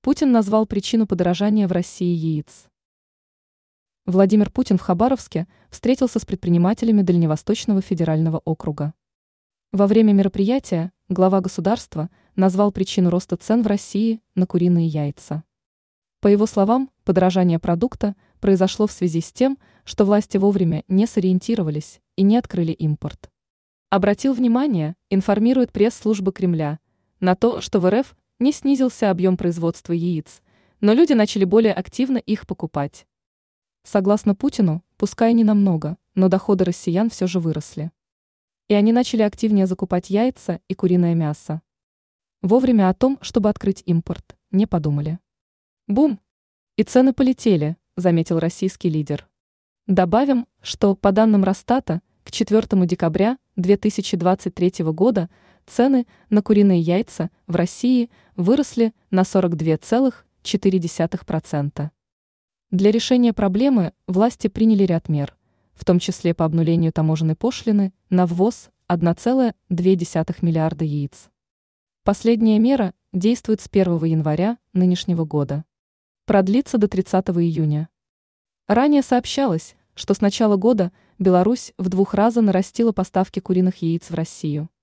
Путин назвал причину подорожания в России яиц. Владимир Путин в Хабаровске встретился с предпринимателями Дальневосточного федерального округа. Во время мероприятия глава государства назвал причину роста цен в России на куриные яйца. По его словам, подорожание продукта произошло в связи с тем, что власти вовремя не сориентировались и не открыли импорт. Обратил внимание, информирует пресс-служба Кремля, на то, что в РФ не снизился объем производства яиц, но люди начали более активно их покупать. Согласно Путину, пускай не намного, но доходы россиян все же выросли. И они начали активнее закупать яйца и куриное мясо. Вовремя о том, чтобы открыть импорт, не подумали. Бум! И цены полетели, заметил российский лидер. Добавим, что, по данным Росстата, к 4 декабря 2023 года цены на куриные яйца в России выросли на 42,4%. Для решения проблемы власти приняли ряд мер, в том числе по обнулению таможенной пошлины на ввоз 1,2 миллиарда яиц. Последняя мера действует с 1 января нынешнего года. Продлится до 30 июня. Ранее сообщалось, что с начала года Беларусь в 2 раза нарастила поставки куриных яиц в Россию.